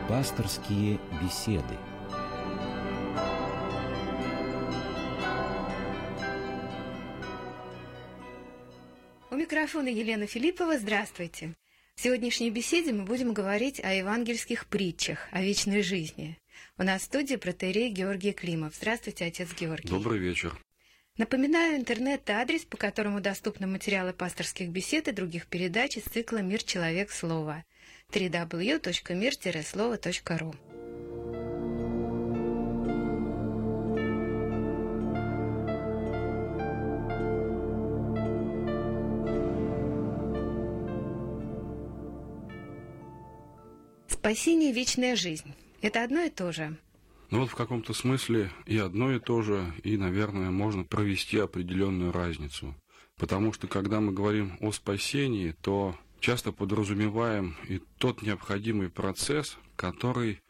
Пасторские беседы. У микрофона Елена Филиппова. Здравствуйте. В сегодняшней беседе мы будем говорить о евангельских притчах, о вечной жизни. У нас в студии протоиерей Георгий Климов. Здравствуйте, отец Георгий. Добрый вечер. Напоминаю, интернет-адрес, по которому доступны материалы пасторских бесед и других передач из цикла «Мир, человек, слово» www.mir-слово.ру. Спасение и вечная жизнь – это одно и то же? Ну вот в каком-то смысле и одно и то же, и, наверное, можно провести определенную разницу. Потому что, когда мы говорим о спасении, то часто подразумеваем и тот необходимый процесс, который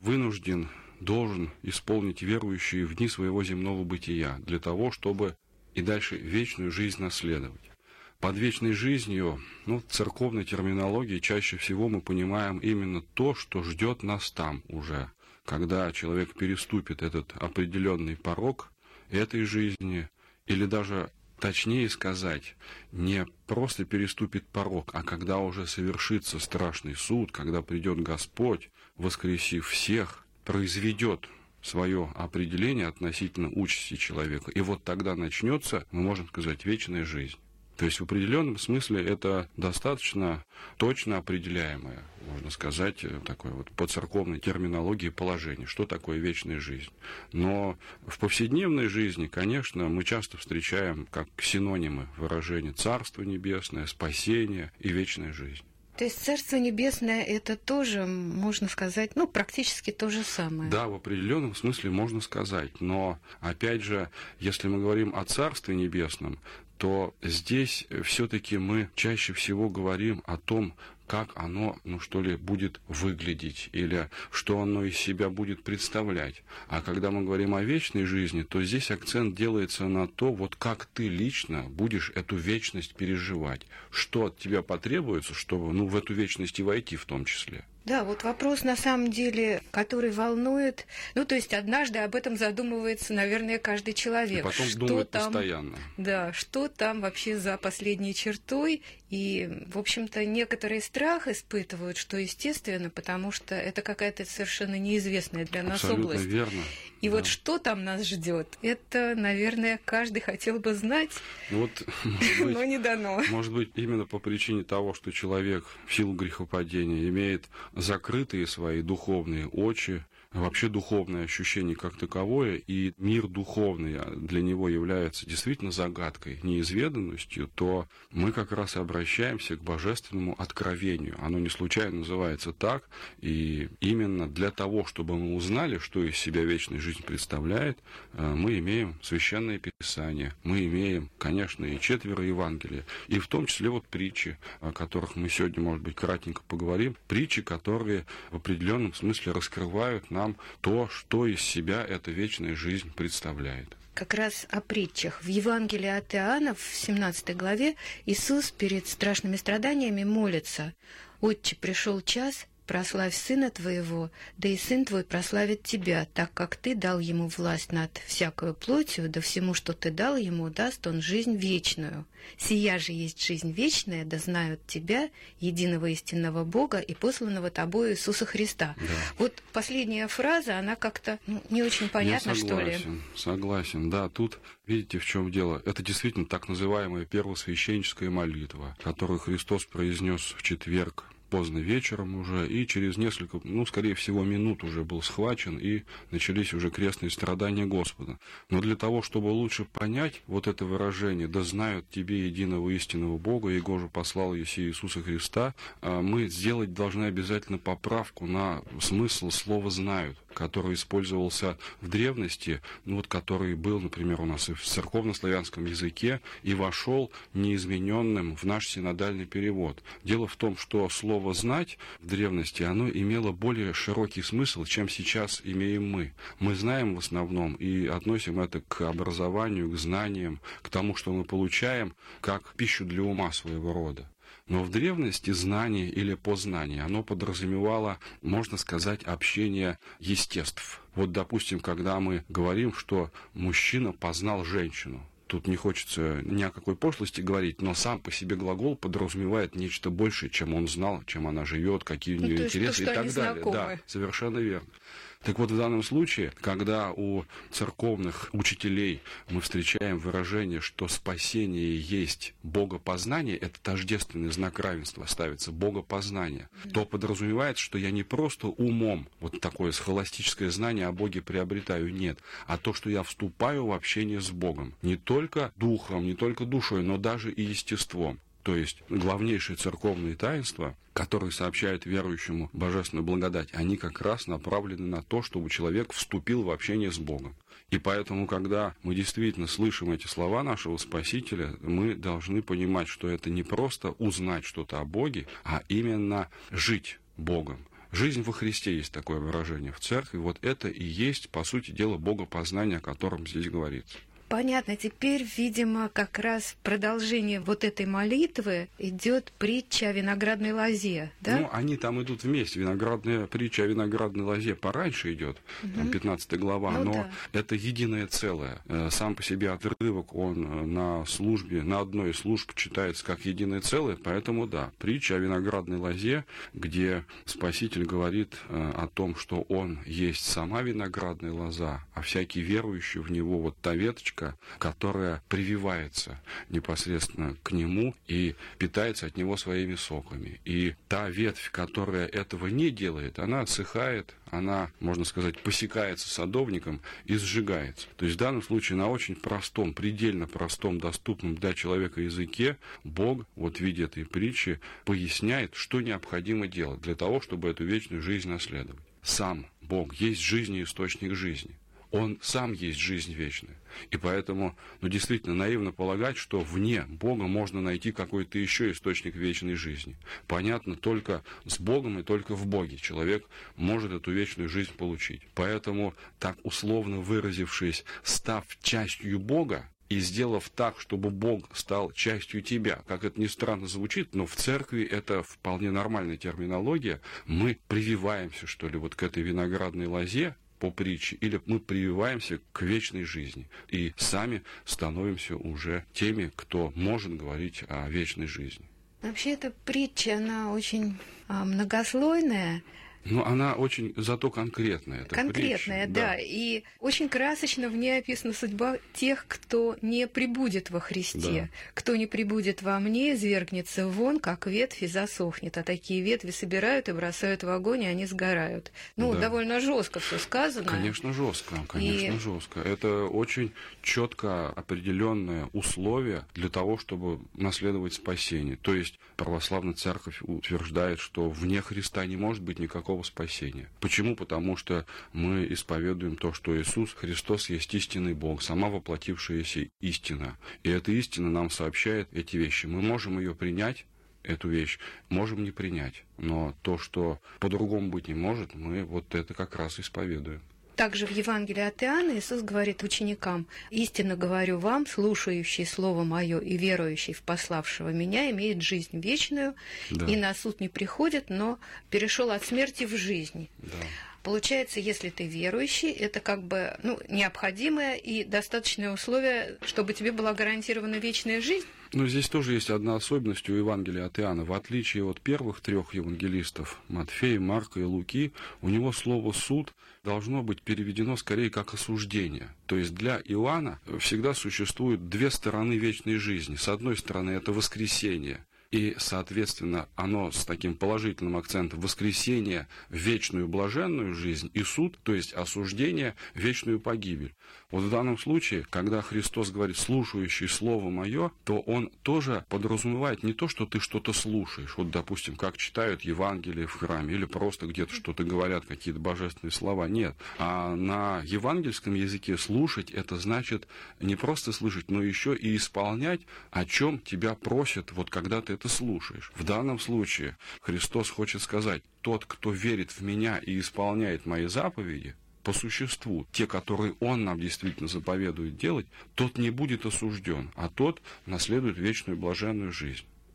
должен исполнить верующий в дни своего земного бытия, для того, чтобы и дальше вечную жизнь наследовать. Под вечной жизнью, в церковной терминологии чаще всего мы понимаем именно то, что ждет нас там уже, когда человек переступит этот определенный порог этой жизни, или даже, точнее сказать, не просто переступит порог, а когда уже совершится страшный суд, когда придет Господь, воскресив всех, произведет свое определение относительно участи человека. И вот тогда начнется, мы можем сказать, вечная жизнь. То есть в определенном смысле это достаточно точно определяемое, можно сказать, такое вот по церковной терминологии положение, что такое вечная жизнь. Но в повседневной жизни, конечно, мы часто встречаем как синонимы выражения «Царство небесное», «спасение» и «вечная жизнь». То есть Царство Небесное – это тоже, можно сказать, практически то же самое. Да, в определенном смысле можно сказать. Но, опять же, если мы говорим о Царстве Небесном, то здесь все-таки мы чаще всего говорим о том, как оно, будет выглядеть, или что оно из себя будет представлять. А когда мы говорим о вечной жизни, то здесь акцент делается на то, вот как ты лично будешь эту вечность переживать. Что от тебя потребуется, чтобы, в эту вечность и войти в том числе. Да, вот вопрос, на самом деле, который волнует, то есть однажды об этом задумывается, наверное, каждый человек. И потом думает постоянно. Да, что там вообще за последней чертой, и, в общем-то, некоторый страх испытывают, что естественно, потому что это какая-то совершенно неизвестная для нас Абсолютно область. Верно. И вот что там нас ждет, это, наверное, каждый хотел бы знать, но не дано. Может быть, именно по причине того, что человек в силу грехопадения имеет закрытые свои духовные очи, вообще духовное ощущение как таковое, и мир духовный для него является действительно загадкой, неизведанностью, то мы как раз и обращаемся к божественному откровению. Оно не случайно называется так, и именно для того, чтобы мы узнали, что из себя вечная жизнь представляет, мы имеем Священное Писание, мы имеем, конечно, и 4 Евангелия, и в том числе притчи, о которых мы сегодня, может быть, кратенько поговорим, притчи, которые в определенном смысле раскрывают нам то, что из себя эта вечная жизнь представляет. Как раз о притчах. В Евангелии от Иоанна, в 17 главе, Иисус перед страшными страданиями молится: «Отче, пришел час, прославь Сына Твоего, да и Сын Твой прославит Тебя, так как Ты дал Ему власть над всякою плотью, да всему, что Ты дал Ему, даст Он жизнь вечную. Сия же есть жизнь вечная, да знают Тебя, единого истинного Бога и посланного Тобою Иисуса Христа». Да. Вот последняя фраза, она как-то не очень понятна, что ли? Согласен, да. Тут, видите, в чем дело. Это действительно так называемая первосвященническая молитва, которую Христос произнес в четверг поздно вечером уже, и через несколько, скорее всего, минут уже был схвачен, и начались уже крестные страдания Господа. Но для того, чтобы лучше понять вот это выражение «да знают тебе единого истинного Бога, Его же послал Еси Иисуса Христа», мы сделать должны обязательно поправку на смысл слова «знают», который использовался в древности, который был, например, у нас и в церковнославянском языке, и вошел неизмененным в наш синодальный перевод. Дело в том, что слово «знать» в древности, оно имело более широкий смысл, чем сейчас имеем мы. Мы знаем в основном и относим это к образованию, к знаниям, к тому, что мы получаем, как пищу для ума своего рода. Но в древности знание или познание, оно подразумевало, можно сказать, общение естеств. Вот, допустим, когда мы говорим, что мужчина познал женщину, тут не хочется ни о какой пошлости говорить, но сам по себе глагол подразумевает нечто большее, чем он знал, чем она живет, какие у нее интересы и так далее. Знакомы. Да, совершенно верно. Так вот, в данном случае, когда у церковных учителей мы встречаем выражение, что спасение есть богопознание, это тождественный знак равенства ставится, богопознание, то подразумевается, что я не просто умом вот такое схоластическое знание о Боге приобретаю, нет, а то, что я вступаю в общение с Богом, не только духом, не только душой, но даже и естеством. То есть главнейшие церковные таинства, которые сообщают верующему божественную благодать, они как раз направлены на то, чтобы человек вступил в общение с Богом. И поэтому, когда мы действительно слышим эти слова нашего Спасителя, мы должны понимать, что это не просто узнать что-то о Боге, а именно жить Богом. Жизнь во Христе есть такое выражение в церкви. Вот это и есть, по сути дела, богопознание, о котором здесь говорится. Понятно. Теперь, видимо, как раз продолжение вот этой молитвы идет притча о виноградной лозе, да? Ну, они там идут вместе. Виноградная притча о виноградной лозе пораньше идет, там 15 глава, Ну, но да. это единое целое. Сам по себе отрывок, он на службе, на одной из служб читается как единое целое, поэтому, да, притча о виноградной лозе, где Спаситель говорит о том, что Он есть сама виноградная лоза, а всякий верующий в Него, вот та веточка, которая прививается непосредственно к Нему и питается от Него своими соками. И та ветвь, которая этого не делает, она отсыхает, она, можно сказать, посекается садовником и сжигается. То есть в данном случае на очень простом, предельно простом, доступном для человека языке Бог, вот в виде этой притчи, поясняет, что необходимо делать для того, чтобы эту вечную жизнь наследовать. Сам Бог есть жизнь и источник жизни. Он сам есть жизнь вечная. И поэтому, действительно, наивно полагать, что вне Бога можно найти какой-то еще источник вечной жизни. Понятно, только с Богом и только в Боге человек может эту вечную жизнь получить. Поэтому, так условно выразившись, став частью Бога, и сделав так, чтобы Бог стал частью тебя, как это ни странно звучит, но в церкви это вполне нормальная терминология, мы прививаемся, что ли, вот к этой виноградной лозе, по притче, или мы прививаемся к вечной жизни и сами становимся уже теми, кто может говорить о вечной жизни. Вообще эта притча, она очень многослойная. Но она очень зато конкретная. Конкретная, притча, да. И очень красочно в ней описана судьба тех, кто не прибудет во Христе. Да. Кто не прибудет во мне, извергнется вон, как ветвь, и засохнет. А такие ветви собирают и бросают в огонь, и они сгорают. Ну, Да. довольно жестко все сказано. Конечно, жестко, конечно, жестко. Это очень четко определенное условие для того, чтобы наследовать спасение. То есть православная церковь утверждает, что вне Христа не может быть никакого спасения. Почему? Потому что мы исповедуем то, что Иисус Христос есть истинный Бог, сама воплотившаяся истина. И эта истина нам сообщает эти вещи. Мы можем ее принять, эту вещь, можем не принять. Но то, что по-другому быть не может, мы вот это как раз исповедуем. Также в Евангелии от Иоанна Иисус говорит ученикам: «Истинно говорю вам, слушающий Слово Мое и верующий в пославшего Меня имеет жизнь вечную, Да. и на суд не приходит, но перешел от смерти в жизнь». Да. Получается, если ты верующий, это как бы необходимое и достаточное условие, чтобы тебе была гарантирована вечная жизнь. Но здесь тоже есть одна особенность у Евангелия от Иоанна. В отличие от первых трех евангелистов, Матфея, Марка и Луки, у него слово «суд» должно быть переведено скорее как «осуждение». То есть для Иоанна всегда существуют две стороны вечной жизни. С одной стороны, это воскресение. И, соответственно, оно с таким положительным акцентом: воскресение в вечную блаженную жизнь, и суд, то есть осуждение, в вечную погибель. Вот в данном случае, когда Христос говорит «слушающий Слово Мое», то Он тоже подразумевает не то, что ты что-то слушаешь, вот, допустим, как читают Евангелие в храме, или просто где-то что-то говорят, какие-то божественные слова. Нет. А на евангельском языке слушать — это значит не просто слышать, но еще и исполнять, о чем тебя просят, вот когда ты это слушаешь. В данном случае Христос хочет сказать: тот, кто верит в Меня и исполняет Мои заповеди, по существу, те, которые Он нам действительно заповедует делать, тот не будет осужден, а тот наследует вечную блаженную жизнь.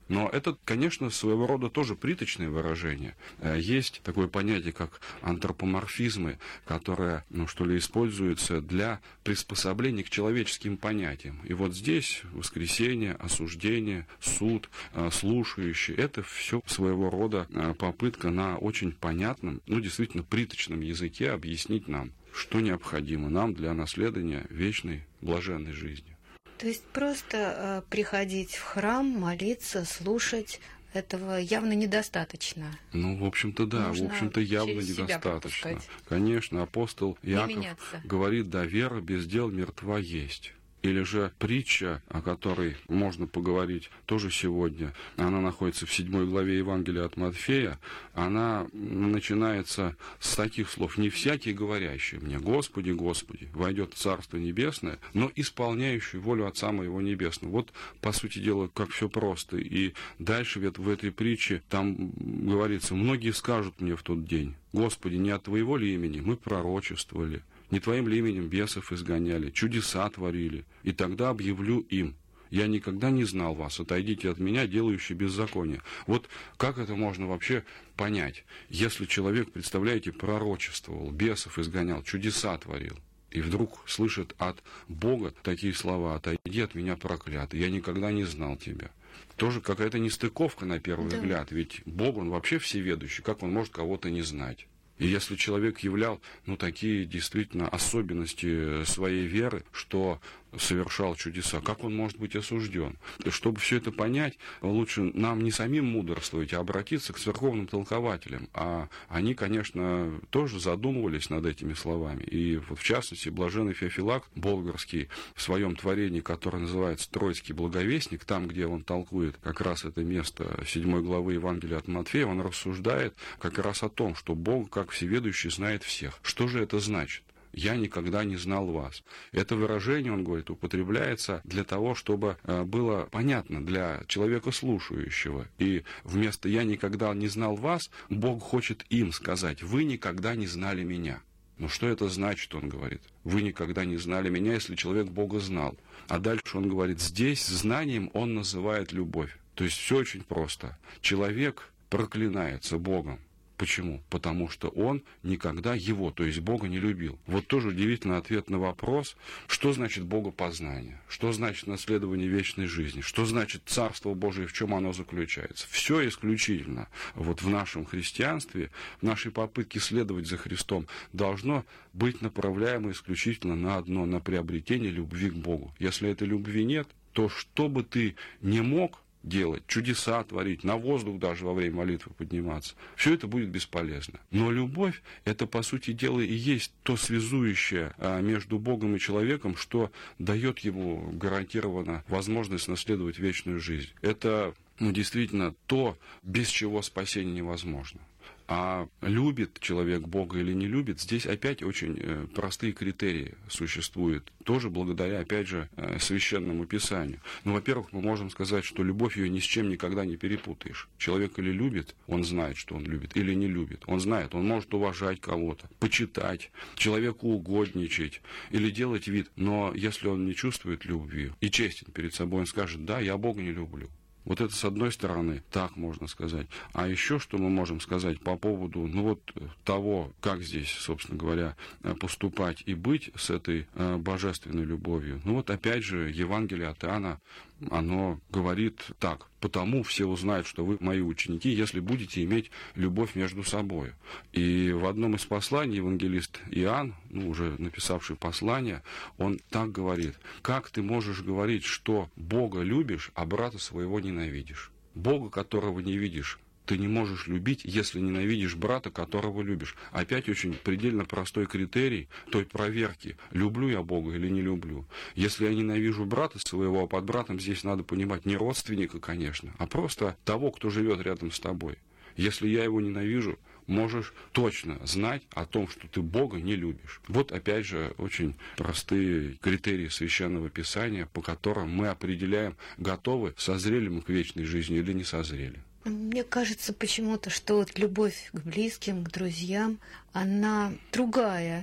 Но это, конечно, своего рода тоже приточное выражение. Есть такое понятие, как антропоморфизмы, которое, используется для приспособления к человеческим понятиям. И вот здесь воскресение, осуждение, суд, слушающий, это все своего рода попытка на очень понятном, действительно приточном языке объяснить нам, что необходимо нам для наследования вечной блаженной жизни. То есть просто приходить в храм, молиться, слушать, этого явно недостаточно. В общем-то, да, явно недостаточно. Конечно, апостол Иаков говорит, да, вера без дел мертва есть. Или же притча, о которой можно поговорить тоже сегодня, она находится в 7 главе Евангелия от Матфея, она начинается с таких слов: «Не всякий, говорящий мне, Господи, Господи, войдет в Царство Небесное, но исполняющий волю Отца Моего Небесного». Вот, по сути дела, как все просто. И дальше в этой притче там говорится: «Многие скажут мне в тот день: Господи, не от Твоего ли имени мы пророчествовали? Не Твоим ли именем бесов изгоняли, чудеса творили? И тогда объявлю им: я никогда не знал вас, отойдите от меня, делающие беззаконие». Вот как это можно вообще понять? Если человек, представляете, пророчествовал, бесов изгонял, чудеса творил, и вдруг слышит от Бога такие слова: «Отойди от меня, проклятый, я никогда не знал тебя». Тоже какая-то нестыковка на первый взгляд, ведь Бог, Он вообще всеведущий, как Он может кого-то не знать? И если человек являл, такие действительно особенности своей веры, что совершал чудеса, как он может быть осужден? Чтобы все это понять, лучше нам не самим мудрствовать, а обратиться к церковным толкователям. А они, конечно, тоже задумывались над этими словами. И вот в частности, блаженный Феофилакт Болгарский в своем творении, которое называется «Троицкий благовестник», там, где он толкует как раз это место 7 главы Евангелия от Матфея, он рассуждает как раз о том, что Бог, как всеведущий, знает всех. Что же это значит? «Я никогда не знал вас». Это выражение, он говорит, употребляется для того, чтобы было понятно для человека слушающего. И вместо «я никогда не знал вас» Бог хочет им сказать: «Вы никогда не знали меня». Что это значит, он говорит? «Вы никогда не знали меня», если человек Бога знал. А дальше он говорит, здесь знанием он называет любовь. То есть все очень просто. Человек проклинается Богом. Почему? Потому что он никогда его, то есть Бога, не любил. Вот тоже удивительный ответ на вопрос, что значит богопознание, что значит наследование вечной жизни, что значит Царство Божие, в чем оно заключается. Все исключительно в нашем христианстве, в нашей попытке следовать за Христом, должно быть направляемо исключительно на одно, на приобретение любви к Богу. Если этой любви нет, то что бы ты не мог делать, чудеса творить, на воздух даже во время молитвы подниматься, все это будет бесполезно. Но любовь, это, по сути дела, и есть то связующее между Богом и человеком, что дает ему гарантированно возможность наследовать вечную жизнь. Это, действительно, то, без чего спасение невозможно. А любит человек Бога или не любит, здесь опять очень простые критерии существуют, тоже благодаря, опять же, Священному Писанию. Во-первых, мы можем сказать, что любовь ее ни с чем никогда не перепутаешь. Человек или любит, он знает, что он любит, или не любит. Он знает, он может уважать кого-то, почитать, человеку угодничать или делать вид. Но если он не чувствует любви и честен перед собой, он скажет: «Да, я Бога не люблю». Вот это, с одной стороны, так можно сказать. А еще что мы можем сказать по поводу того, как здесь, собственно говоря, поступать и быть с этой божественной любовью. Опять же, Евангелие от Иоанна, оно говорит так: «Потому все узнают, что вы мои ученики, если будете иметь любовь между собой». И в одном из посланий евангелист Иоанн, уже написавший послание, он так говорит: «Как ты можешь говорить, что Бога любишь, а брата своего ненавидишь? Бога, которого не видишь, ты не можешь любить, если ненавидишь брата, которого любишь». Опять очень предельно простой критерий той проверки, люблю я Бога или не люблю. Если я ненавижу брата своего, а под братом здесь надо понимать не родственника, конечно, а просто того, кто живет рядом с тобой. Если я его ненавижу, можешь точно знать о том, что ты Бога не любишь. Вот опять же очень простые критерии Священного Писания, по которым мы определяем, готовы, созрели мы к вечной жизни или не созрели. Мне кажется почему-то, что любовь к близким, к друзьям, она другая,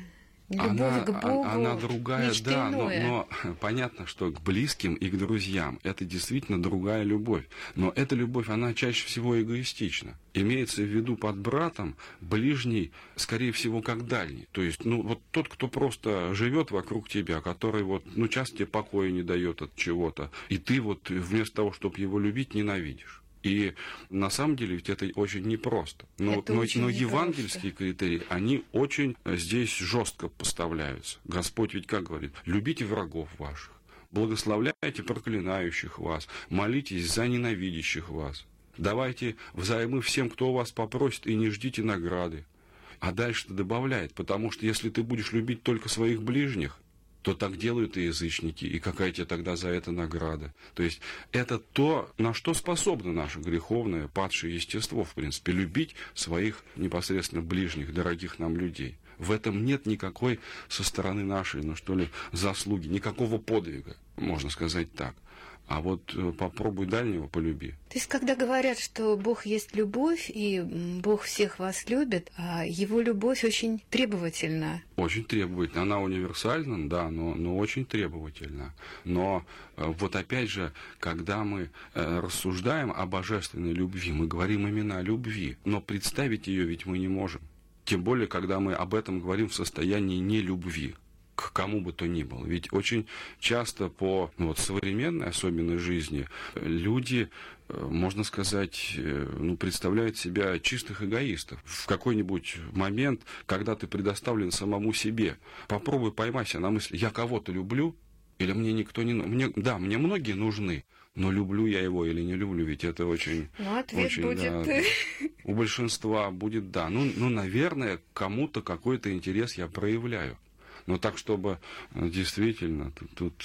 Любовь к Богу, она другая, нечто да, иное. но понятно, что к близким и к друзьям это действительно другая любовь. Но эта любовь, она чаще всего эгоистична. Имеется в виду под братом ближний, скорее всего, как дальний. То есть, вот тот, кто просто живет вокруг тебя, который часто тебе покоя не дает от чего-то, и ты вместо того, чтобы его любить, ненавидишь. И на самом деле ведь это очень непросто. Но евангельские критерии, они очень здесь жестко поставляются. Господь ведь как говорит? Любите врагов ваших, благословляйте проклинающих вас, молитесь за ненавидящих вас. Давайте взаймы всем, кто у вас попросит, и не ждите награды. А дальше-то добавляет, потому что если ты будешь любить только своих ближних, то так делают и язычники, и какая тебе тогда за это награда? То есть это то, на что способно наше греховное, падшее естество, в принципе, любить своих непосредственно ближних, дорогих нам людей. В этом нет никакой со стороны нашей, заслуги, никакого подвига, можно сказать так. А попробуй дальнего полюби. То есть, когда говорят, что Бог есть любовь, и Бог всех вас любит, а Его любовь очень требовательна. Очень требовательна. Она универсальна, да, но очень требовательна. Но опять же, когда мы рассуждаем о божественной любви, мы говорим именно о любви, но представить ее ведь мы не можем. Тем более, когда мы об этом говорим в состоянии нелюбви к кому бы то ни было. Ведь очень часто по современной особенной жизни люди, можно сказать, представляют себя чистых эгоистов. В какой-нибудь момент, когда ты предоставлен самому себе, попробуй поймай себя на мысли: я кого-то люблю, или мне никто не нужен. Мне многие нужны, но люблю я его или не люблю, ведь это очень... ответ очень, будет... Да, у большинства будет да. Наверное, кому-то какой-то интерес я проявляю. Но так, чтобы действительно тут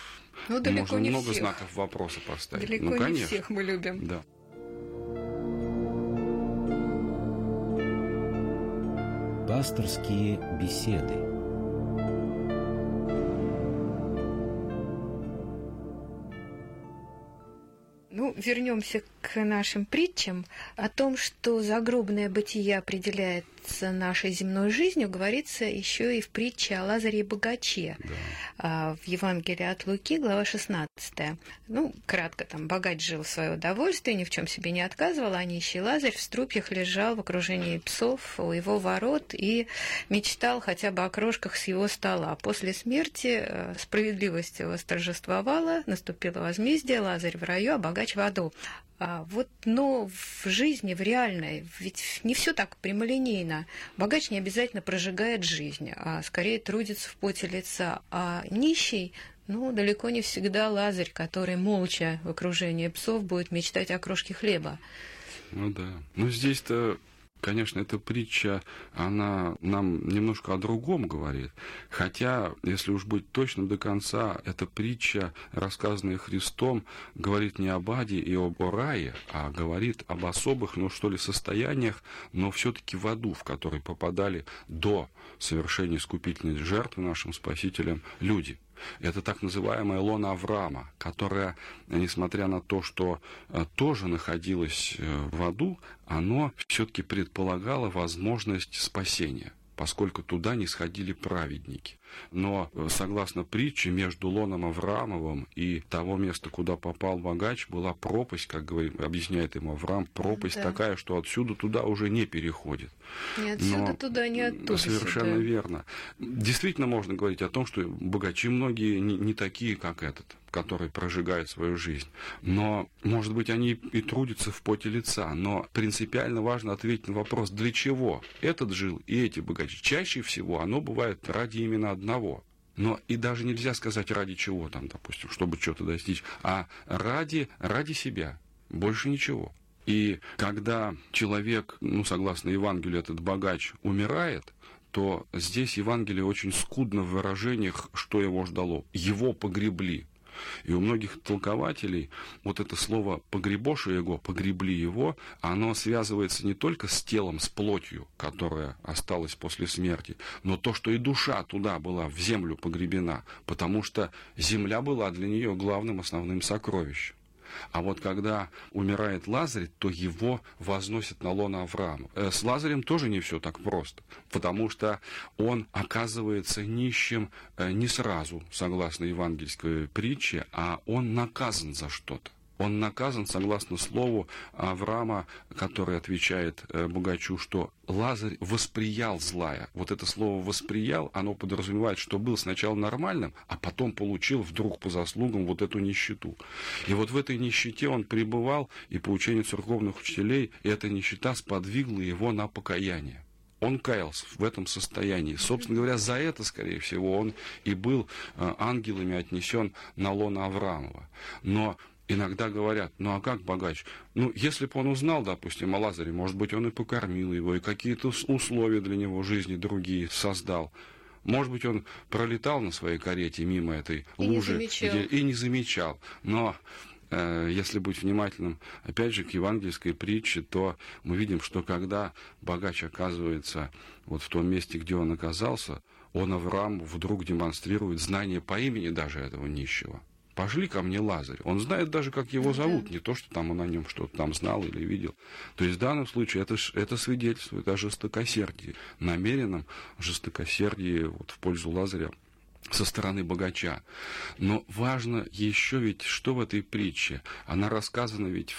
можно много всех. Знаков вопроса поставить. Далеко конечно. не всех мы любим. Да. Пасторские беседы. Вернемся к нашим притчам. О том, что загробное бытие определяется нашей земной жизнью, говорится еще и в притче о Лазаре и богаче. Да. В Евангелии от Луки, глава 16. Кратко, богач жил в свое удовольствие, ни в чем себе не отказывал, а нищий Лазарь в струпьях лежал в окружении псов у его ворот и мечтал хотя бы о крошках с его стола. После смерти справедливость восторжествовала, наступило возмездие, Лазарь в раю, а богач в аду. Но в жизни, в реальной, ведь не все так прямолинейно. Богач не обязательно прожигает жизнь, а скорее трудится в поте лица. А нищий, далеко не всегда Лазарь, который молча в окружении псов будет мечтать о крошке хлеба. Да. Здесь-то, конечно, эта притча, она нам немножко о другом говорит. Хотя, если уж быть точным до конца, эта притча, рассказанная Христом, говорит не об аде и об рае, а говорит об особых, состояниях, но все-таки в аду, в который попадали до совершения искупительной жертвы нашим Спасителем люди. Это так называемая лона Авраама, которая, несмотря на то, что тоже находилась в аду, оно все-таки предполагало возможность спасения, поскольку туда не сходили праведники. Но, согласно притче, между лоном Авраамовым и того места, куда попал богач, была пропасть, как объясняет ему Авраам, пропасть такая, что отсюда туда уже не переходит. Ни отсюда туда, ни оттуда совершенно сюда. Верно. Действительно можно говорить о том, что богачи многие не такие, как этот, который прожигает свою жизнь. Но, может быть, они и трудятся в поте лица, но принципиально важно ответить на вопрос, для чего этот жил и эти богачи. Чаще всего оно бывает ради именно одного. Но и даже нельзя сказать ради чего, допустим, чтобы что-то достичь, а ради себя. Больше ничего. И когда человек, согласно Евангелию, этот богач умирает, то здесь Евангелие очень скудно в выражениях, что его ждало. Его погребли. И у многих толкователей это слово «погребоши его», «погребли его», оно связывается не только с телом, с плотью, которая осталась после смерти, но то, что и душа туда была, в землю погребена, потому что земля была для нее главным, основным сокровищем. А вот когда умирает Лазарь, то его возносят на лоно Авраама. С Лазарем тоже не все так просто, потому что он оказывается нищим не сразу, согласно евангельской притче, а он наказан за что-то. Он наказан, согласно слову Авраама, который отвечает богачу, что Лазарь восприял злая. Вот это слово «восприял», оно подразумевает, что был сначала нормальным, а потом получил вдруг по заслугам вот эту нищету. И вот в этой нищете он пребывал, и по учению церковных учителей эта нищета сподвигла его на покаяние. Он каялся в этом состоянии. Собственно говоря, за это, скорее всего, он и был ангелами отнесен на лоно Авраамова. Но иногда говорят, ну а как богач? Ну, если бы он узнал, допустим, о Лазаре, может быть, он и покормил его, и какие-то условия для него жизни другие создал. Может быть, он пролетал на своей карете мимо этой лужи и не замечал. Но если быть внимательным, опять же, к евангельской притче, то мы видим, что когда богач оказывается вот в том месте, где он оказался, он Аврааму вдруг демонстрирует знание по имени даже этого нищего. «Пошли ко мне, Лазарь». Он знает даже, как его зовут, не то, что там он о нем что-то там знал или видел. То есть в данном случае это свидетельствует о жестокосердии, намеренном жестокосердии вот, в пользу Лазаря со стороны богача. Но важно еще ведь, что в этой притче. Она рассказана ведь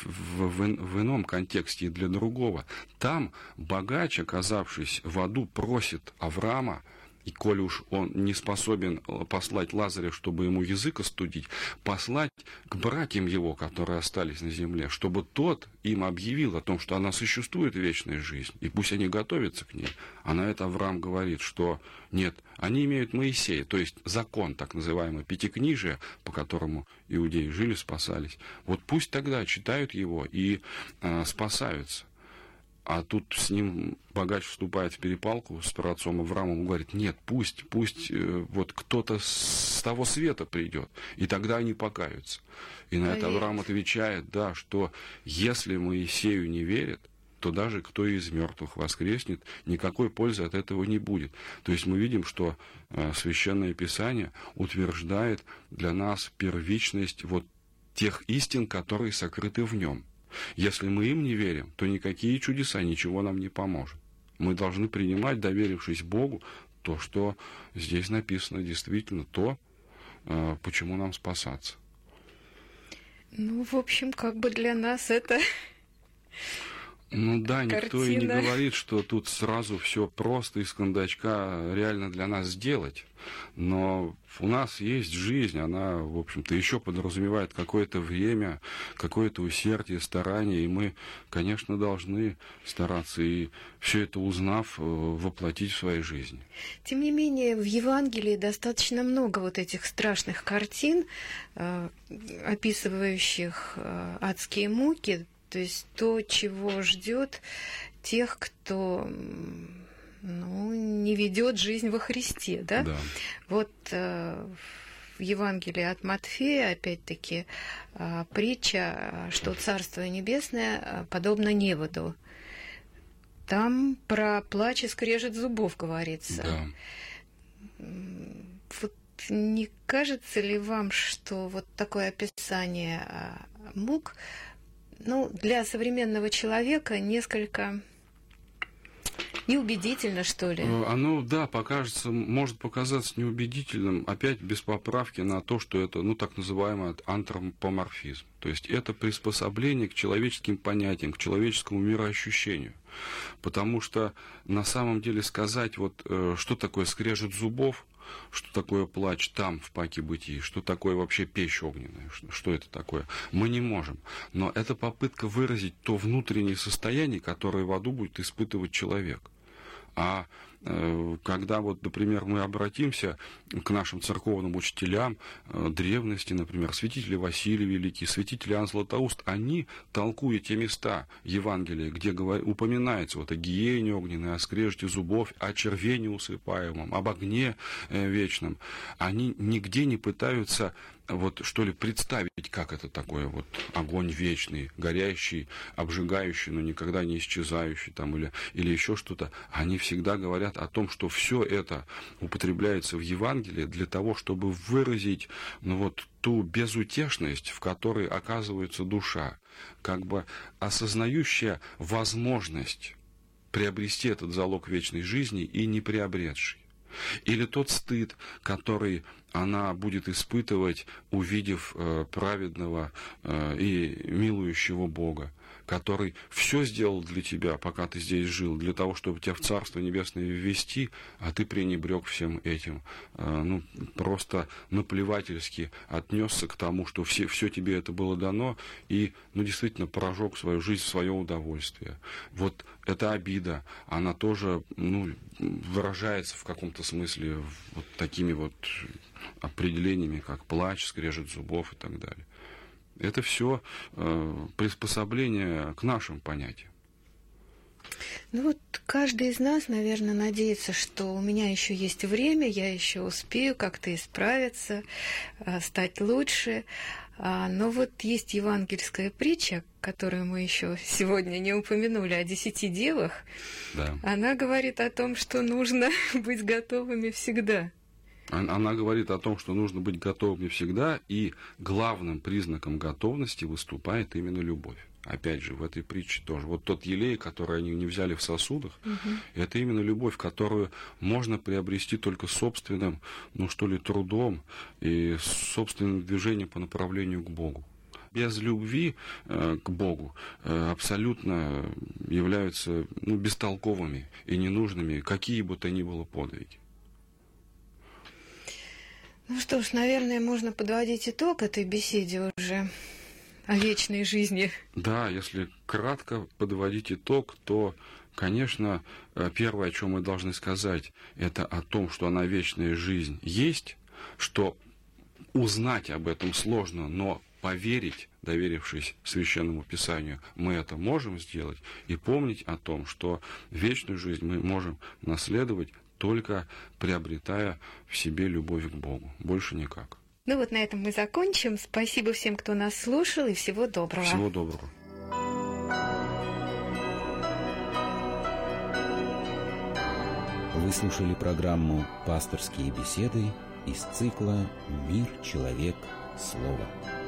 в ином контексте и для другого. Там богач, оказавшись в аду, просит Авраама, и коли уж он не способен послать Лазаря, чтобы ему язык остудить, послать к братьям его, которые остались на земле, чтобы тот им объявил о том, что она существует, вечная жизнь, и пусть они готовятся к ней. А на это Авраам говорит, что нет, они имеют Моисея, то есть закон, так называемый пятикнижие, по которому иудеи жили, спасались. Вот пусть тогда читают его и спасаются. А тут с ним богач вступает в перепалку с праотцом Авраамом и говорит, нет, пусть вот кто-то с того света придет, и тогда они покаются. И на это Авраам отвечает, да, что если Моисею не верят, то даже кто из мертвых воскреснет, никакой пользы от этого не будет. То есть мы видим, что Священное Писание утверждает для нас первичность вот тех истин, которые сокрыты в нем. Если мы им не верим, то никакие чудеса ничего нам не поможет. Мы должны принимать, доверившись Богу, то, что здесь написано, действительно то, почему нам спасаться. Ну, в общем, как бы для нас это... Ну да, картина. Никто и не говорит, что тут сразу все просто из кондачка реально для нас сделать. Но у нас есть жизнь, она, в общем-то, еще подразумевает какое-то время, какое-то усердие, старание, и мы, конечно, должны стараться и все это узнав, воплотить в своей жизни. Тем не менее, в Евангелии достаточно много вот этих страшных картин, описывающих адские муки, то есть то, чего ждет тех, кто не ведет жизнь во Христе, да? Да. Вот в Евангелии от Матфея, опять-таки, притча, что Царство Небесное подобно неводу. Там про плач и скрежет зубов говорится. Да. Вот не кажется ли вам, что вот такое описание мук, для современного человека несколько неубедительно, что ли? Оно, да, может показаться неубедительным, опять без поправки на то, что это, так называемый антропоморфизм. То есть это приспособление к человеческим понятиям, к человеческому мироощущению. Потому что на самом деле сказать, что такое скрежет зубов, что такое плач там, в паке бытии, что такое вообще печь огненная, что это такое, мы не можем. Но это попытка выразить то внутреннее состояние, которое в аду будет испытывать человек. А когда, например, мы обратимся к нашим церковным учителям древности, например, святитель Василий Великий, святитель Иоанн Златоуст, они, толкуя те места Евангелия, где упоминается о гиене огненной, о скрежете зубов, о черве неусыпаемом, об огне вечном, они нигде не пытаются вот что ли представить, как это такое вот огонь вечный, горящий, обжигающий, но никогда не исчезающий там или еще что-то. Они всегда говорят о том, что все это употребляется в Евангелии для того, чтобы выразить вот ту безутешность, в которой оказывается душа, как бы осознающая возможность приобрести этот залог вечной жизни и не приобретший. Или тот стыд, который она будет испытывать, увидев праведного и милующего Бога, который все сделал для тебя, пока ты здесь жил, для того, чтобы тебя в Царство Небесное ввести, а ты пренебрег всем этим. Просто наплевательски отнесся к тому, что все тебе это было дано, и действительно прожег свою жизнь в свое удовольствие. Вот эта обида, она тоже выражается в каком-то смысле вот такими вот определениями, как плач, скрежет зубов и так далее. Это все приспособление к нашим понятиям. Каждый из нас, наверное, надеется, что у меня еще есть время, я еще успею как-то исправиться, стать лучше. Но есть евангельская притча, которую мы еще сегодня не упомянули, о 10 девах. Да. Она говорит о том, что нужно быть готовыми всегда. Она говорит о том, что нужно быть готовыми всегда, и главным признаком готовности выступает именно любовь. Опять же, в этой притче тоже. Вот тот елей, который они не взяли в сосудах, это именно любовь, которую можно приобрести только собственным, трудом и собственным движением по направлению к Богу. Без любви к Богу абсолютно являются бестолковыми и ненужными какие бы то ни было подвиги. Что ж, наверное, можно подводить итог этой беседе уже о вечной жизни. Да, если кратко подводить итог, то, конечно, первое, о чем мы должны сказать, это о том, что она вечная жизнь есть, что узнать об этом сложно, но поверить, доверившись Священному Писанию, мы это можем сделать, и помнить о том, что вечную жизнь мы можем наследовать, только приобретая в себе любовь к Богу. Больше никак. На этом мы закончим. Спасибо всем, кто нас слушал, и всего доброго. Всего доброго. Вы слушали программу «Пасторские беседы» из цикла «Мир, человек, слово».